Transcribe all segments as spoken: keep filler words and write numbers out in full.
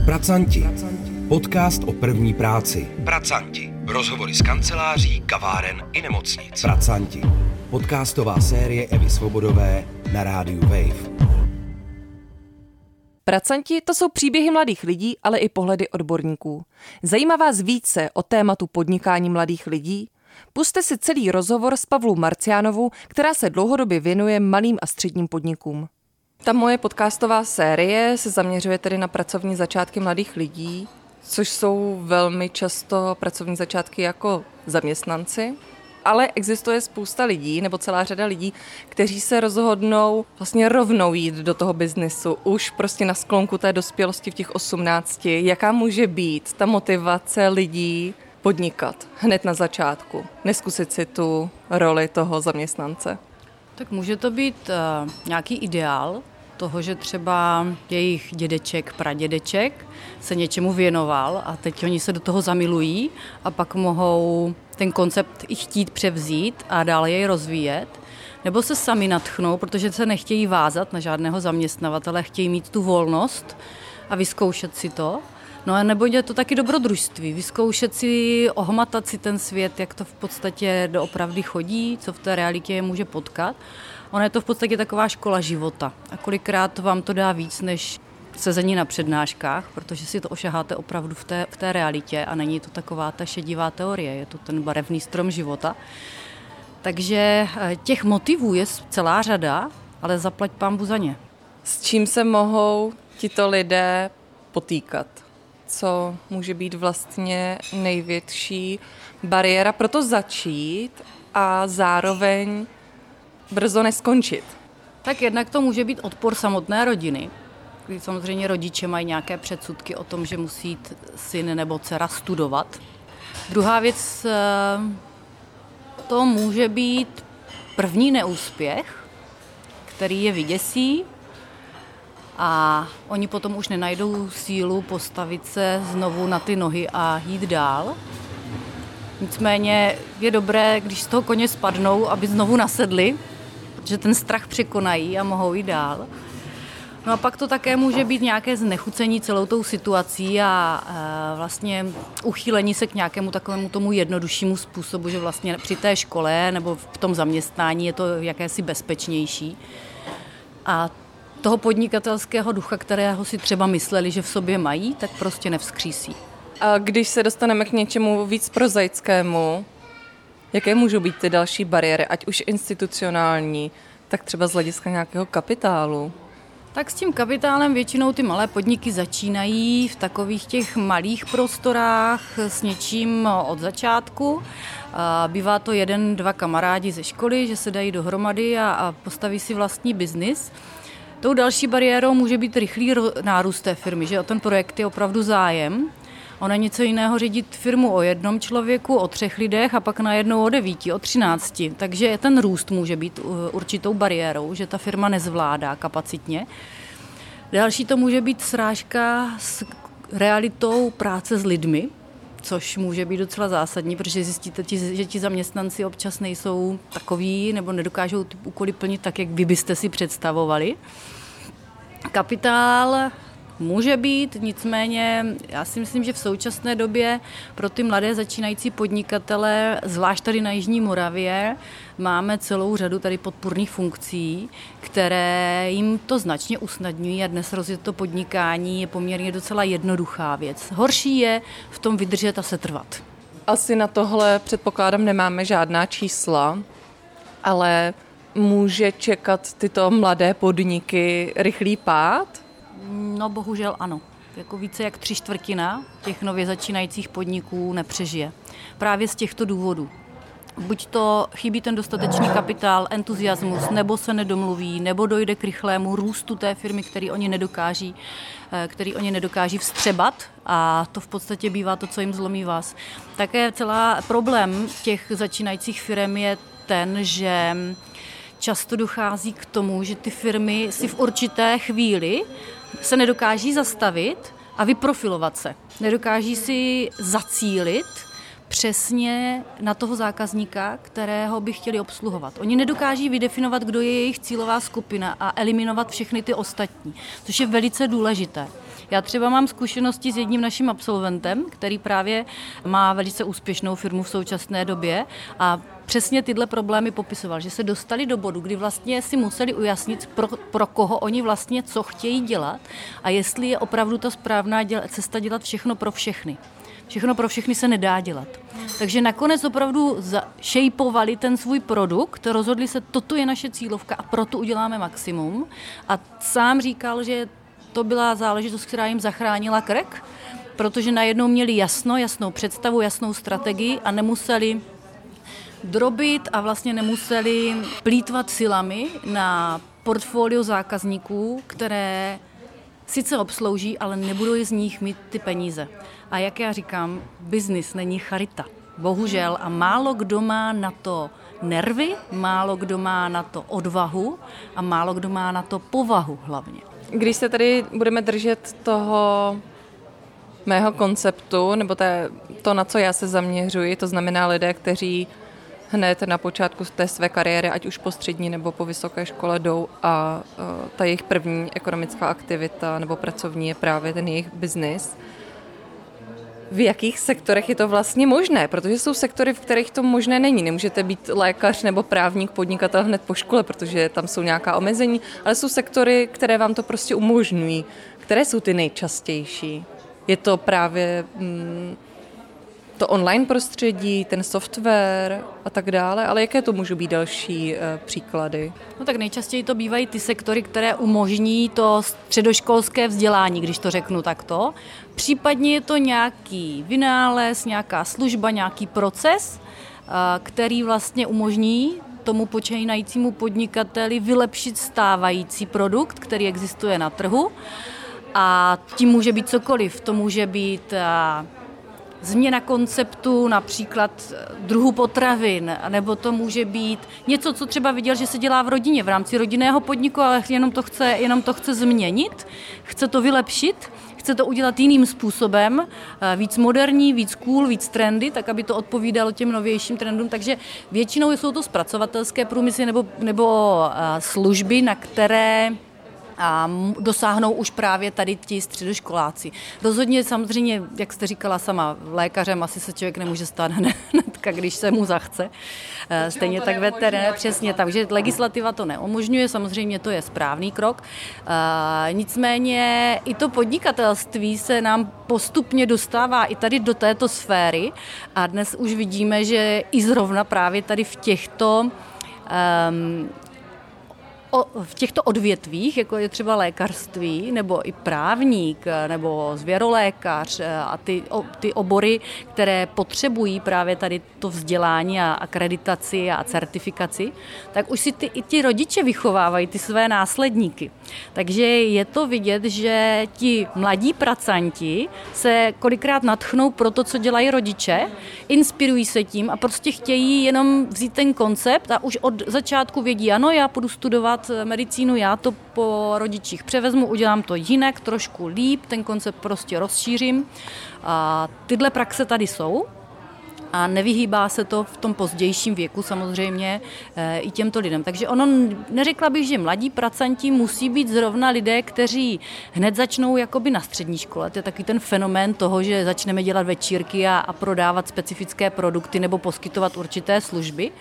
Pracanti. Podcast o první práci. Pracanti. Rozhovory z kanceláří, kaváren i nemocnic. Pracanti. Podcastová série Evy Svobodové na rádiu Wave. Pracanti, to jsou příběhy mladých lidí, ale i pohledy odborníků. Zajímá vás více o tématu podnikání mladých lidí? Pusťte si celý rozhovor s Pavlou Marciánovou, která se dlouhodobě věnuje malým a středním podnikům. Ta moje podcastová série se zaměřuje tedy na pracovní začátky mladých lidí, což jsou velmi často pracovní začátky jako zaměstnanci. Ale existuje spousta lidí, nebo celá řada lidí, kteří se rozhodnou vlastně rovnou jít do toho biznesu, už prostě na sklonku té dospělosti v těch osmnácti. Jaká může být ta motivace lidí podnikat hned na začátku, neskusit si tu roli toho zaměstnance? Tak může to být uh, nějaký ideál toho, že třeba jejich dědeček, pradědeček se něčemu věnoval a teď oni se do toho zamilují a pak mohou ten koncept i chtít převzít a dále jej rozvíjet. Nebo se sami nadchnou, protože se nechtějí vázat na žádného zaměstnavatele, chtějí mít tu volnost a vyzkoušet si to. No a nebo je to taky dobrodružství, vyzkoušet si, ohmatat si ten svět, jak to v podstatě doopravdy chodí, co v té realitě je může potkat. Ono je to v podstatě taková škola života. A kolikrát vám to dá víc než sezení na přednáškách, protože si to ošaháte opravdu v té, v té realitě a není to taková ta šedivá teorie, je to ten barevný strom života. Takže těch motivů je celá řada, ale zaplať pánbůh za ně. S čím se mohou tito lidé potýkat? Co může být vlastně největší bariéra pro to začít a zároveň brzo neskončit? Tak jednak to může být odpor samotné rodiny. Samozřejmě rodiče mají nějaké předsudky o tom, že musí jít syn nebo dcera studovat. Druhá věc, to může být první neúspěch, který je vyděsí a oni potom už nenajdou sílu postavit se znovu na ty nohy a jít dál. Nicméně je dobré, když z toho koně spadnou, aby znovu nasedli, protože ten strach překonají a mohou jít dál. No a pak to také může být nějaké znechucení celou tou situací a e, vlastně uchýlení se k nějakému takovému tomu jednoduššímu způsobu, že vlastně při té škole nebo v tom zaměstnání je to jakési bezpečnější. A toho podnikatelského ducha, kterého si třeba mysleli, že v sobě mají, tak prostě nevzkřísí. A když se dostaneme k něčemu víc prozaickému, jaké můžou být ty další bariéry, ať už institucionální, tak třeba z hlediska nějakého kapitálu? Tak s tím kapitálem většinou ty malé podniky začínají v takových těch malých prostorách s něčím od začátku. Bývá to jeden, dva kamarádi ze školy, že se dají dohromady a, a postaví si vlastní biznis. Tou další bariérou může být rychlý nárůst té firmy, že o ten projekt je opravdu zájem. Ono je něco jiného řídit firmu o jednom člověku, o třech lidech a pak najednou o devíti, o třinácti. Takže ten růst může být určitou bariérou, že ta firma nezvládá kapacitně. Další to může být srážka s realitou práce s lidmi, což může být docela zásadní, protože zjistíte, že ti zaměstnanci občas nejsou takoví nebo nedokážou ty úkoly plnit tak, jak vy byste si představovali. Kapitál může být, nicméně já si myslím, že v současné době pro ty mladé začínající podnikatele, zvlášť tady na Jižní Moravě, máme celou řadu tady podpůrných funkcí, které jim to značně usnadňují a dnes rozjet to podnikání je poměrně docela jednoduchá věc. Horší je v tom vydržet a setrvat. Asi na tohle předpokládám nemáme žádná čísla, ale může čekat tyto mladé podniky rychlý pád? No bohužel ano. Jako více jak tři čtvrtina těch nově začínajících podniků nepřežije. Právě z těchto důvodů. Buď to chybí ten dostatečný kapitál, entuziasmus, nebo se nedomluví, nebo dojde k rychlému růstu té firmy, který oni nedokáží, který oni nedokáží vstřebat a to v podstatě bývá to, co jim zlomí vás. Také celá problém těch začínajících firm je ten, že často dochází k tomu, že ty firmy si v určité chvíli se nedokáží zastavit a vyprofilovat se. Nedokáží si zacílit přesně na toho zákazníka, kterého by chtěli obsluhovat. Oni nedokáží vydefinovat, kdo je jejich cílová skupina a eliminovat všechny ty ostatní, což je velice důležité. Já třeba mám zkušenosti s jedním naším absolventem, který právě má velice úspěšnou firmu v současné době a přesně tyhle problémy popisoval, že se dostali do bodu, kdy vlastně si museli ujasnit, pro, pro koho oni vlastně co chtějí dělat a jestli je opravdu ta správná děla, cesta dělat všechno pro všechny. Všechno pro všechny se nedá dělat. Takže nakonec opravdu šejpovali ten svůj produkt, rozhodli se, toto je naše cílovka a proto uděláme maximum. A sám říkal, že to byla záležitost, která jim zachránila krk, protože najednou měli jasno, jasnou představu, jasnou strategii a nemuseli drobit a vlastně nemuseli plýtvat silami na portfolio zákazníků, které sice obslouží, ale nebudou z nich mít ty peníze. A jak já říkám, biznis není charita. Bohužel. A málo kdo má na to nervy, málo kdo má na to odvahu a málo kdo má na to povahu hlavně. Když se tady budeme držet toho mého konceptu, nebo té, to, na co já se zaměřuji, to znamená lidé, kteří hned na počátku té své kariéry, ať už po střední nebo po vysoké škole jdou a ta jejich první ekonomická aktivita nebo pracovní je právě ten jejich biznis. V jakých sektorech je to vlastně možné? Protože jsou sektory, v kterých to možné není. Nemůžete být lékař nebo právník, podnikatel hned po škole, protože tam jsou nějaká omezení, ale jsou sektory, které vám to prostě umožňují. Které jsou ty nejčastější? Je to právě mm, to online prostředí, ten software a tak dále, ale jaké to můžou být další e, příklady? No tak nejčastěji to bývají ty sektory, které umožní to středoškolské vzdělání, když to řeknu takto. Případně je to nějaký vynález, nějaká služba, nějaký proces, e, který vlastně umožní tomu počínajícímu podnikateli vylepšit stávající produkt, který existuje na trhu. A tím může být cokoliv. To může být a, změna konceptu, například druhu potravin, nebo to může být něco, co třeba viděl, že se dělá v rodině, v rámci rodinného podniku, ale jenom to chce, jenom to chce změnit, chce to vylepšit, chce to udělat jiným způsobem, víc moderní, víc cool, víc trendy, tak aby to odpovídalo těm novějším trendům. Takže většinou jsou to zpracovatelské průmysly nebo, nebo služby, na které a dosáhnou už právě tady ti středoškoláci. Rozhodně samozřejmě, jak jste říkala sama, lékařem asi se člověk nemůže stát hnedka, když se mu zachce. Stejně tak veterinář, přesně, takže legislativa to neumožňuje, samozřejmě to je správný krok. Nicméně i to podnikatelství se nám postupně dostává i tady do této sféry a dnes už vidíme, že i zrovna právě tady v těchto um, O, v těchto odvětvích, jako je třeba lékařství, nebo i právník, nebo zvěrolékař a ty, o, ty obory, které potřebují právě tady to vzdělání a akreditaci a certifikaci, tak už si ty, i ti rodiče vychovávají ty své následníky. Takže je to vidět, že ti mladí pracanti se kolikrát nadchnou pro to, co dělají rodiče, inspirují se tím a prostě chtějí jenom vzít ten koncept a už od začátku vědí, ano, já půjdu studovat medicínu, já to po rodičích převezmu, udělám to jinak, trošku líp, ten koncept prostě rozšířím. A tyhle praxe tady jsou a nevyhýbá se to v tom pozdějším věku samozřejmě e, i těmto lidem. Takže ono, neřekla bych, že mladí pracanti musí být zrovna lidé, kteří hned začnou jakoby na střední škole. To je takový ten fenomén toho, že začneme dělat večírky a, a prodávat specifické produkty nebo poskytovat určité služby.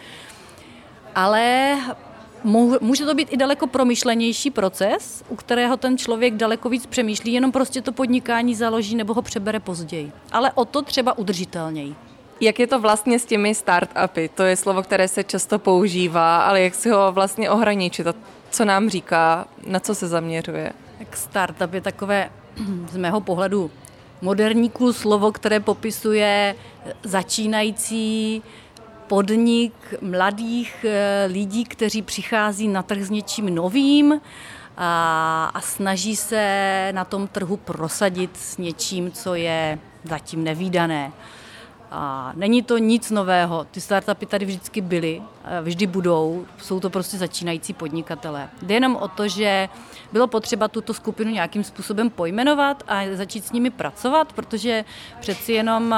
Ale může to být i daleko promyšlenější proces, u kterého ten člověk daleko víc přemýšlí, jenom prostě to podnikání založí nebo ho přebere později. Ale o to třeba udržitelněji. Jak je to vlastně s těmi startupy? To je slovo, které se často používá, ale jak si ho vlastně ohraničit? A co nám říká, na co se zaměřuje? Tak startup je takové z mého pohledu moderní cool slovo, které popisuje začínající podnik mladých lidí, kteří přichází na trh s něčím novým a, a snaží se na tom trhu prosadit s něčím, co je zatím nevídané. A není to nic nového. Ty startupy tady vždycky byly, vždy budou, jsou to prostě začínající podnikatelé. Jde jenom o to, že bylo potřeba tuto skupinu nějakým způsobem pojmenovat a začít s nimi pracovat, protože přeci jenom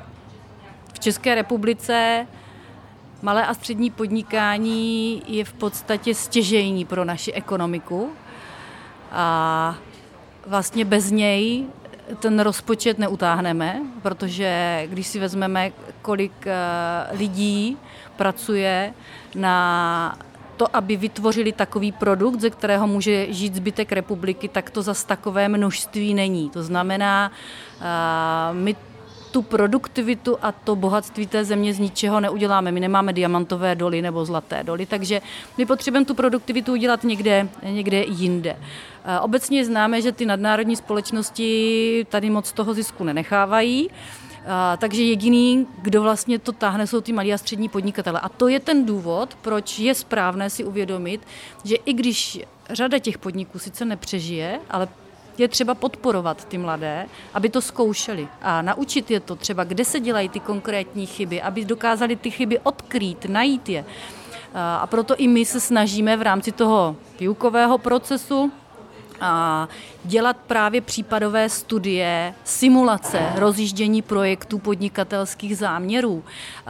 v České republice malé a střední podnikání je v podstatě stěžejní pro naši ekonomiku a vlastně bez něj ten rozpočet neutáhneme, protože když si vezmeme, kolik lidí pracuje na to, aby vytvořili takový produkt, ze kterého může žít zbytek republiky, tak to zas takové množství není. To znamená, my tu produktivitu a to bohatství té země z ničeho neuděláme. My nemáme diamantové doly nebo zlaté doly, takže my potřebujeme tu produktivitu udělat někde, někde jinde. Obecně známe, že ty nadnárodní společnosti tady moc toho zisku nenechávají, takže jediný, kdo vlastně to táhne, jsou ty malí a střední podnikatele. A to je ten důvod, proč je správné si uvědomit, že i když řada těch podniků sice nepřežije, ale je třeba podporovat ty mladé, aby to zkoušeli a naučit je to třeba, kde se dělají ty konkrétní chyby, aby dokázali ty chyby odkrýt, najít je. A proto i my se snažíme v rámci toho výukového procesu a dělat právě případové studie, simulace, rozjíždění projektů podnikatelských záměrů,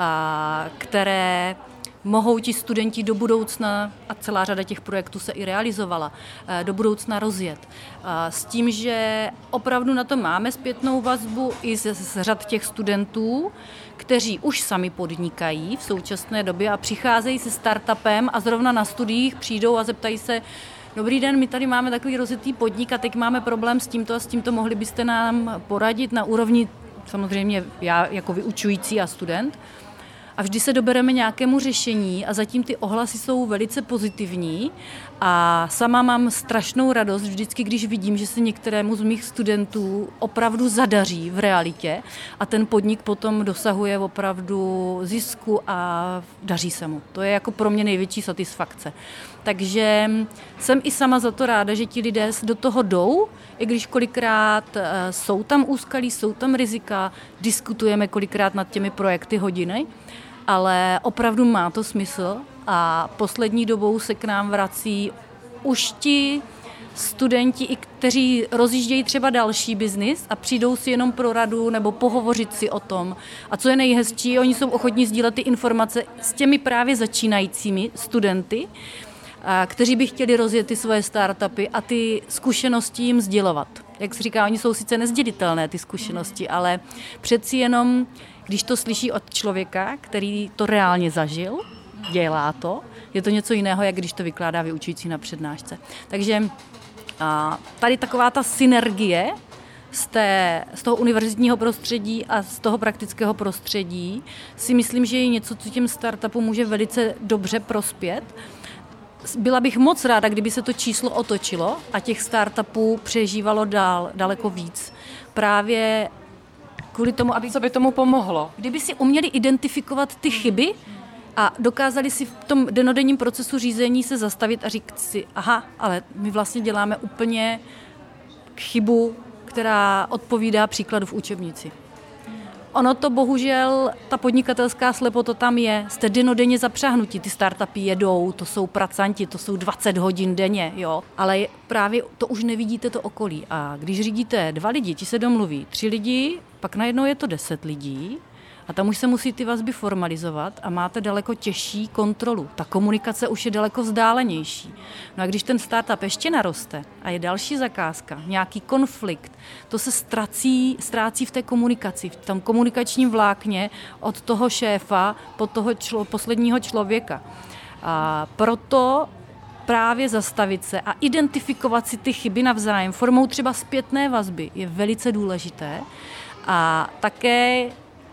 a které mohou ti studenti do budoucna, a celá řada těch projektů se i realizovala, do budoucna rozjet. S tím, že opravdu na to máme zpětnou vazbu i z, z řad těch studentů, kteří už sami podnikají v současné době a přicházejí se startupem a zrovna na studiích přijdou a zeptají se: dobrý den, my tady máme takový rozjetý podnik a teď máme problém s tímto a s tímto, mohli byste nám poradit na úrovni, samozřejmě já jako vyučující a student. A vždy se dobereme nějakému řešení a zatím ty ohlasy jsou velice pozitivní a sama mám strašnou radost vždycky, když vidím, že se některému z mých studentů opravdu zadaří v realitě a ten podnik potom dosahuje opravdu zisku a daří se mu. To je jako pro mě největší satisfakce. Takže jsem i sama za to ráda, že ti lidé do toho jdou, i když kolikrát jsou tam úskalí, jsou tam rizika, diskutujeme kolikrát nad těmi projekty hodiny, ale opravdu má to smysl a poslední dobou se k nám vrací už ti studenti, i kteří rozjíždějí třeba další biznis a přijdou si jenom pro radu nebo pohovořit si o tom. A co je nejhezčí, oni jsou ochotní sdílet ty informace s těmi právě začínajícími studenty, kteří by chtěli rozjet ty svoje startupy a ty zkušenosti jim sdělovat. Jak se říká, oni jsou sice nezděditelné, ty zkušenosti, ale přeci jenom, když to slyší od člověka, který to reálně zažil, dělá to, je to něco jiného, jak když to vykládá vyučující na přednášce. Takže a, tady taková ta synergie z, té, z toho univerzitního prostředí a z toho praktického prostředí si myslím, že je něco, co těm startupům může velice dobře prospět. Byla bych moc ráda, kdyby se to číslo otočilo a těch startupů přežívalo dál, daleko víc. Právě kvůli tomu, aby... Co by tomu pomohlo? Kdyby si uměli identifikovat ty chyby a dokázali si v tom dennodenním procesu řízení se zastavit a říct si, aha, ale my vlastně děláme úplně chybu, která odpovídá příkladu v učebnici. Ono to bohužel, ta podnikatelská slepota tam je, jste dennodenně zapřáhnutí, ty startupy jedou, to jsou pracanti, to jsou dvacet hodin denně, jo, ale právě to už nevidíte to okolí a když řídíte dva lidi, ti se domluví, tři lidi, pak najednou je to deset lidí a tam už se musí ty vazby formalizovat a máte daleko těžší kontrolu. Ta komunikace už je daleko vzdálenější. No a když ten startup ještě naroste a je další zakázka, nějaký konflikt, to se ztrací, ztrácí v té komunikaci, v tom komunikačním vlákně od toho šéfa po toho člo, posledního člověka. A proto právě zastavit se a identifikovat si ty chyby navzájem formou třeba zpětné vazby je velice důležité. A také,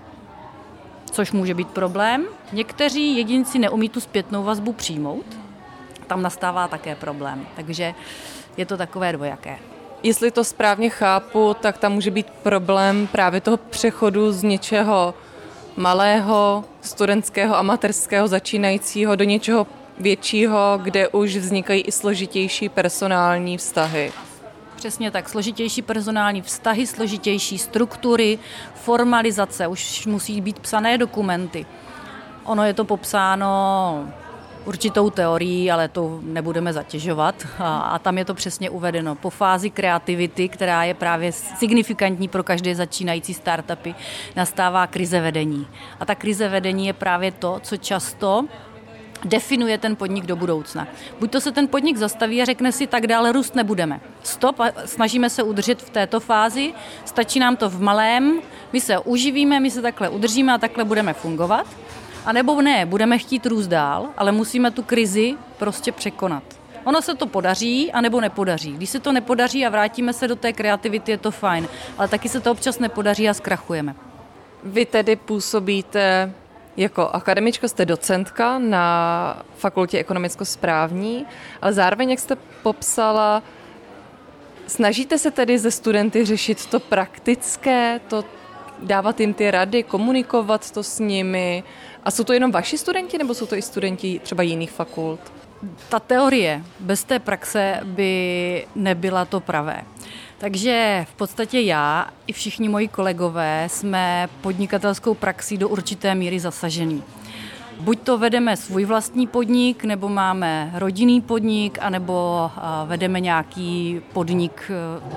což může být problém, někteří jedinci neumí tu zpětnou vazbu přijmout, tam nastává také problém, takže je to takové dvojaké. Jestli to správně chápu, tak tam může být problém právě toho přechodu z něčeho malého, studentského, amatérského, začínajícího do něčeho většího, kde už vznikají i složitější personální vztahy. Přesně tak, složitější personální vztahy, složitější struktury, formalizace, už musí být psané dokumenty. Ono je to popsáno určitou teorií, ale to nebudeme zatěžovat a, a tam je to přesně uvedeno. Po fázi kreativity, která je právě signifikantní pro každé začínající startupy, nastává krize vedení. A ta krize vedení je právě to, co často definuje ten podnik do budoucna. Buď to se ten podnik zastaví a řekne si, tak dále růst nebudeme. Stop a snažíme se udržet v této fázi, stačí nám to v malém, my se uživíme, my se takhle udržíme a takhle budeme fungovat. A nebo ne, budeme chtít růst dál, ale musíme tu krizi prostě překonat. Ono se to podaří, anebo nepodaří. Když se to nepodaří a vrátíme se do té kreativity, je to fajn, ale taky se to občas nepodaří a zkrachujeme. Vy tedy působíte jako akademička, jste docentka na fakultě ekonomicko-správní, ale zároveň, jak jste popsala, snažíte se tedy ze studenty řešit to praktické, to dávat jim ty rady, komunikovat to s nimi. A jsou to jenom vaši studenti, nebo jsou to i studenti třeba jiných fakult? Ta teorie bez té praxe by nebyla to pravé. Takže v podstatě já i všichni moji kolegové jsme podnikatelskou praxí do určité míry zasažený. Buď to vedeme svůj vlastní podnik, nebo máme rodinný podnik, anebo vedeme nějaký podnik,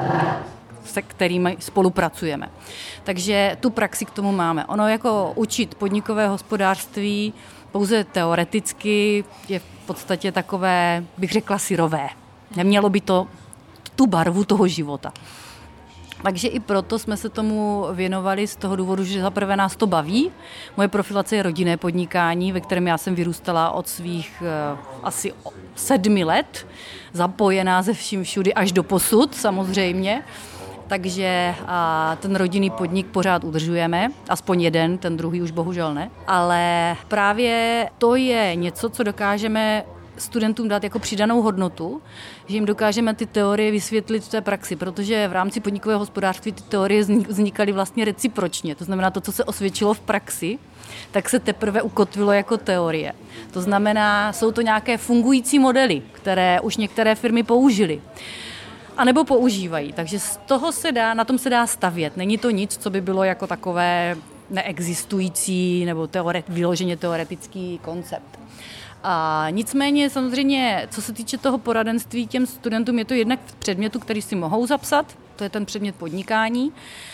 se kterými spolupracujeme. Takže tu praxi k tomu máme. Ono jako učit podnikové hospodářství pouze teoreticky je v podstatě takové, bych řekla, syrové. Nemělo by to tu barvu toho života. Takže i proto jsme se tomu věnovali z toho důvodu, že zaprvé nás to baví. Moje profilace je rodinné podnikání, ve kterém já jsem vyrůstala od svých uh, asi sedmi let, zapojená ze vším všudy až do posud samozřejmě. Takže a ten rodinný podnik pořád udržujeme, aspoň jeden, ten druhý už bohužel ne. Ale právě to je něco, co dokážeme studentům dát jako přidanou hodnotu, že jim dokážeme ty teorie vysvětlit v té praxi, protože v rámci podnikového hospodářství ty teorie vznikaly vlastně recipročně. To znamená, to, co se osvědčilo v praxi, tak se teprve ukotvilo jako teorie. To znamená, jsou to nějaké fungující modely, které už některé firmy použily. A nebo používají. Takže z toho se dá, na tom se dá stavět. Není to nic, co by bylo jako takové neexistující nebo teoret, vyloženě teoretický koncept. A nicméně samozřejmě, co se týče toho poradenství těm studentům, je to jednak v předmětu, který si mohou zapsat, to je ten předmět podnikání,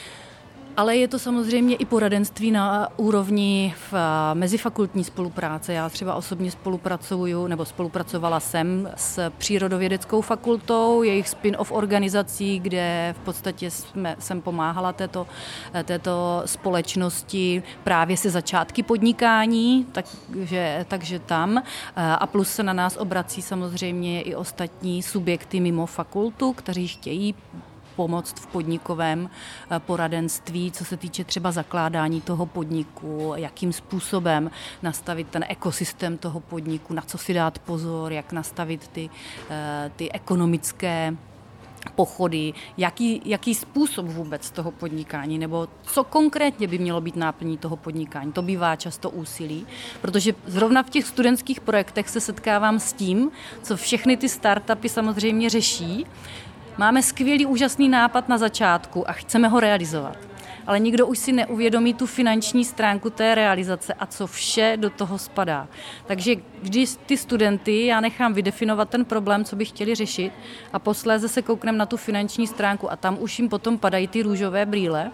ale je to samozřejmě i poradenství na úrovni v mezifakultní spolupráce. Já třeba osobně spolupracuju, nebo spolupracovala jsem s přírodovědeckou fakultou, jejich spin-off organizací, kde v podstatě jsme, jsem pomáhala této, této společnosti právě se začátky podnikání, takže, takže tam. A plus se na nás obrací samozřejmě i ostatní subjekty mimo fakultu, kteří chtějí pomoct v podnikovém poradenství, co se týče třeba zakládání toho podniku, jakým způsobem nastavit ten ekosystém toho podniku, na co si dát pozor, jak nastavit ty, ty ekonomické pochody, jaký, jaký způsob vůbec toho podnikání, nebo co konkrétně by mělo být náplní toho podnikání. To bývá často úsilí, protože zrovna v těch studentských projektech se setkávám s tím, co všechny ty startupy samozřejmě řeší. Máme skvělý, úžasný nápad na začátku a chceme ho realizovat. Ale nikdo už si neuvědomí tu finanční stránku té realizace a co vše do toho spadá. Takže když ty studenty, já nechám vydefinovat ten problém, co by chtěli řešit a posléze se koukneme na tu finanční stránku a tam už jim potom padají ty růžové brýle.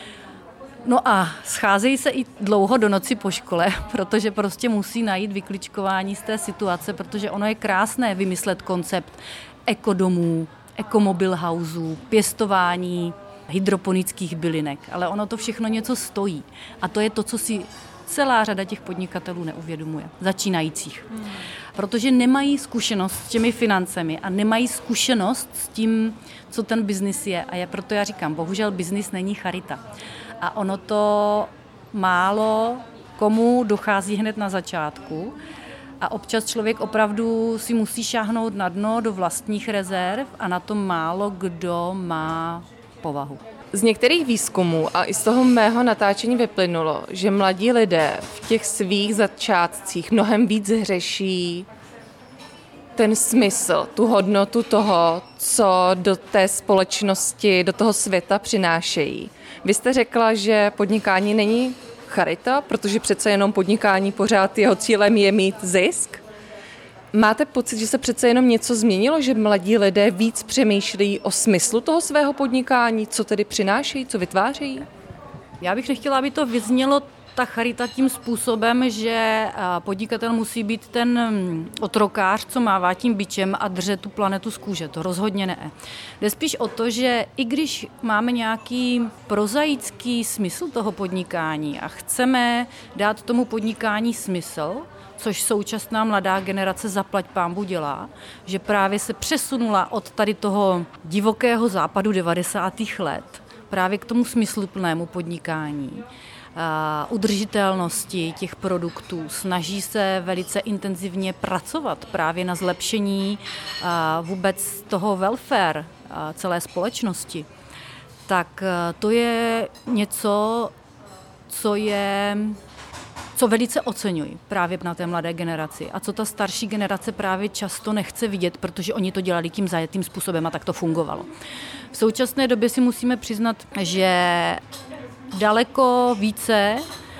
No a scházejí se i dlouho do noci po škole, protože prostě musí najít vykličkování z té situace, protože ono je krásné vymyslet koncept ekodomů, ekomobil houseů, pěstování hydroponických bylinek, ale ono to všechno něco stojí. A to je to, co si celá řada těch podnikatelů neuvědomuje, začínajících. Hmm. Protože nemají zkušenost s těmi financemi a nemají zkušenost s tím, co ten biznis je. A je proto já říkám, bohužel biznis není charita. A ono to málo komu dochází hned na začátku. A občas člověk opravdu si musí šáhnout na dno do vlastních rezerv a na to málo kdo má povahu. Z některých výzkumů a i z toho mého natáčení vyplynulo, že mladí lidé v těch svých začátcích mnohem víc řeší ten smysl, tu hodnotu toho, co do té společnosti, do toho světa přinášejí. Vy jste řekla, že podnikání není charita, protože přece jenom podnikání pořád jeho cílem je mít zisk. Máte pocit, že se přece jenom něco změnilo, že mladí lidé víc přemýšlejí o smyslu toho svého podnikání, co tedy přinášejí, co vytvářejí? Já bych nechtěla, aby to vyznělo ta charita tím způsobem, že podnikatel musí být ten otrokář, co mává tím bičem a drže tu planetu z kůže. To rozhodně ne. Jde spíš o to, že i když máme nějaký prozaický smysl toho podnikání a chceme dát tomu podnikání smysl, což současná mladá generace zaplať pánbu dělá, že právě se přesunula od tady toho divokého západu devadesátých let právě k tomu smysluplnému podnikání, udržitelnosti těch produktů, snaží se velice intenzivně pracovat právě na zlepšení vůbec toho welfare celé společnosti, tak to je něco, co je... co velice oceňuji právě na té mladé generaci a co ta starší generace právě často nechce vidět, protože oni to dělali tím zajetým způsobem a tak to fungovalo. V současné době si musíme přiznat, že daleko více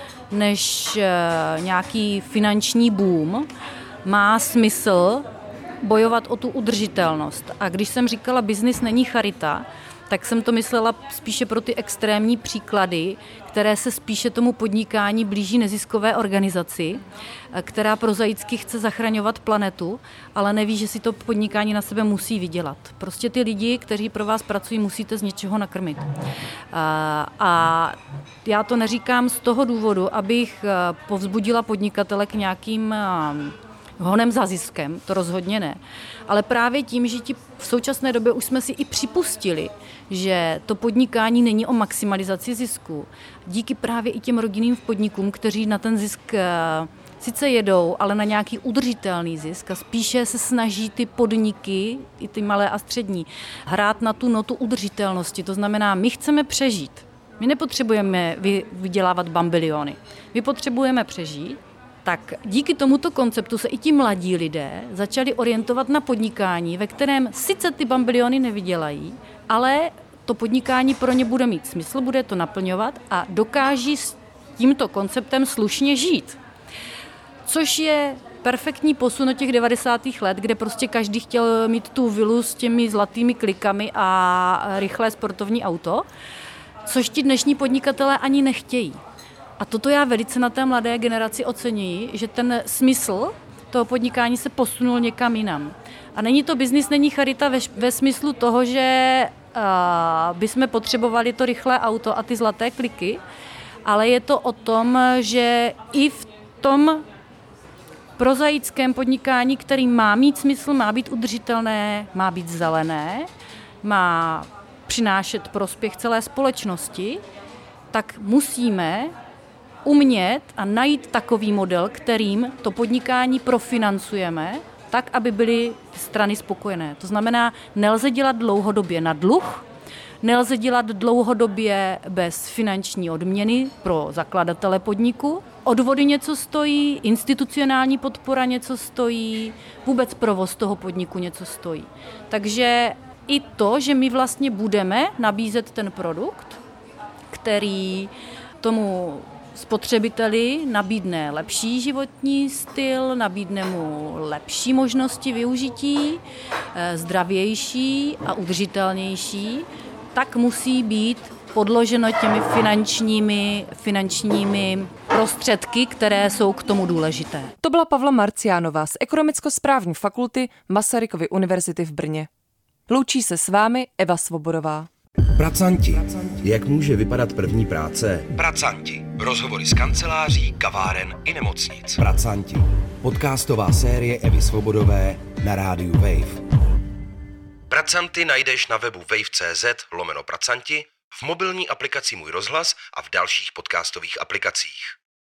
než nějaký finanční boom má smysl bojovat o tu udržitelnost. A když jsem říkala, biznis není charita, tak jsem to myslela spíše pro ty extrémní příklady, které se spíše tomu podnikání blíží neziskové organizaci, která prozaicky chce zachraňovat planetu, ale neví, že si to podnikání na sebe musí vydělat. Prostě ty lidi, kteří pro vás pracují, musíte z něčeho nakrmit. A, a já to neříkám z toho důvodu, abych povzbudila podnikatele k nějakým honem za ziskem, to rozhodně ne. Ale právě tím, že ti v současné době už jsme si i připustili, že to podnikání není o maximalizaci zisku. Díky právě i těm rodinným podnikům, kteří na ten zisk sice jedou, ale na nějaký udržitelný zisk a spíše se snaží ty podniky, i ty malé a střední, hrát na tu notu udržitelnosti. To znamená, my chceme přežít. My nepotřebujeme vydělávat bambiliony. My potřebujeme přežít. Tak díky tomuto konceptu se i ti mladí lidé začali orientovat na podnikání, ve kterém sice ty bambiliony nevydělají, ale to podnikání pro ně bude mít smysl, bude to naplňovat a dokáží s tímto konceptem slušně žít. Což je perfektní posun od těch devadesátých let, kde prostě každý chtěl mít tu vilu s těmi zlatými klikami a rychlé sportovní auto, což ti dnešní podnikatelé ani nechtějí. A toto já velice na té mladé generaci oceňuji, že ten smysl toho podnikání se posunul někam jinam. A není to biznis, není charita ve, ve smyslu toho, že uh, bychom potřebovali to rychlé auto a ty zlaté kliky, ale je to o tom, že i v tom prozaickém podnikání, který má mít smysl, má být udržitelné, má být zelené, má přinášet prospěch celé společnosti, tak musíme umět a najít takový model, kterým to podnikání profinancujeme, tak, aby byly strany spokojené. To znamená, nelze dělat dlouhodobě na dluh, nelze dělat dlouhodobě bez finanční odměny pro zakladatele podniku. Odvody něco stojí, institucionální podpora něco stojí, vůbec provoz toho podniku něco stojí. Takže i to, že my vlastně budeme nabízet ten produkt, který tomu spotřebiteli nabídne lepší životní styl, nabídne mu lepší možnosti využití, zdravější a udržitelnější, tak musí být podloženo těmi finančními, finančními prostředky, které jsou k tomu důležité. To byla Pavla Marciánová z Ekonomicko-správní fakulty Masarykovy univerzity v Brně. Loučí se s vámi Eva Svobodová. Pracanti. Jak může vypadat první práce? Pracanti. Rozhovory z kanceláří, kaváren i nemocnic. Pracanti. Podcastová série Evy Svobodové na rádiu Wave. Pracanti najdeš na webu wave tečka cz lomeno pracanti, v mobilní aplikaci Můj rozhlas a v dalších podcastových aplikacích.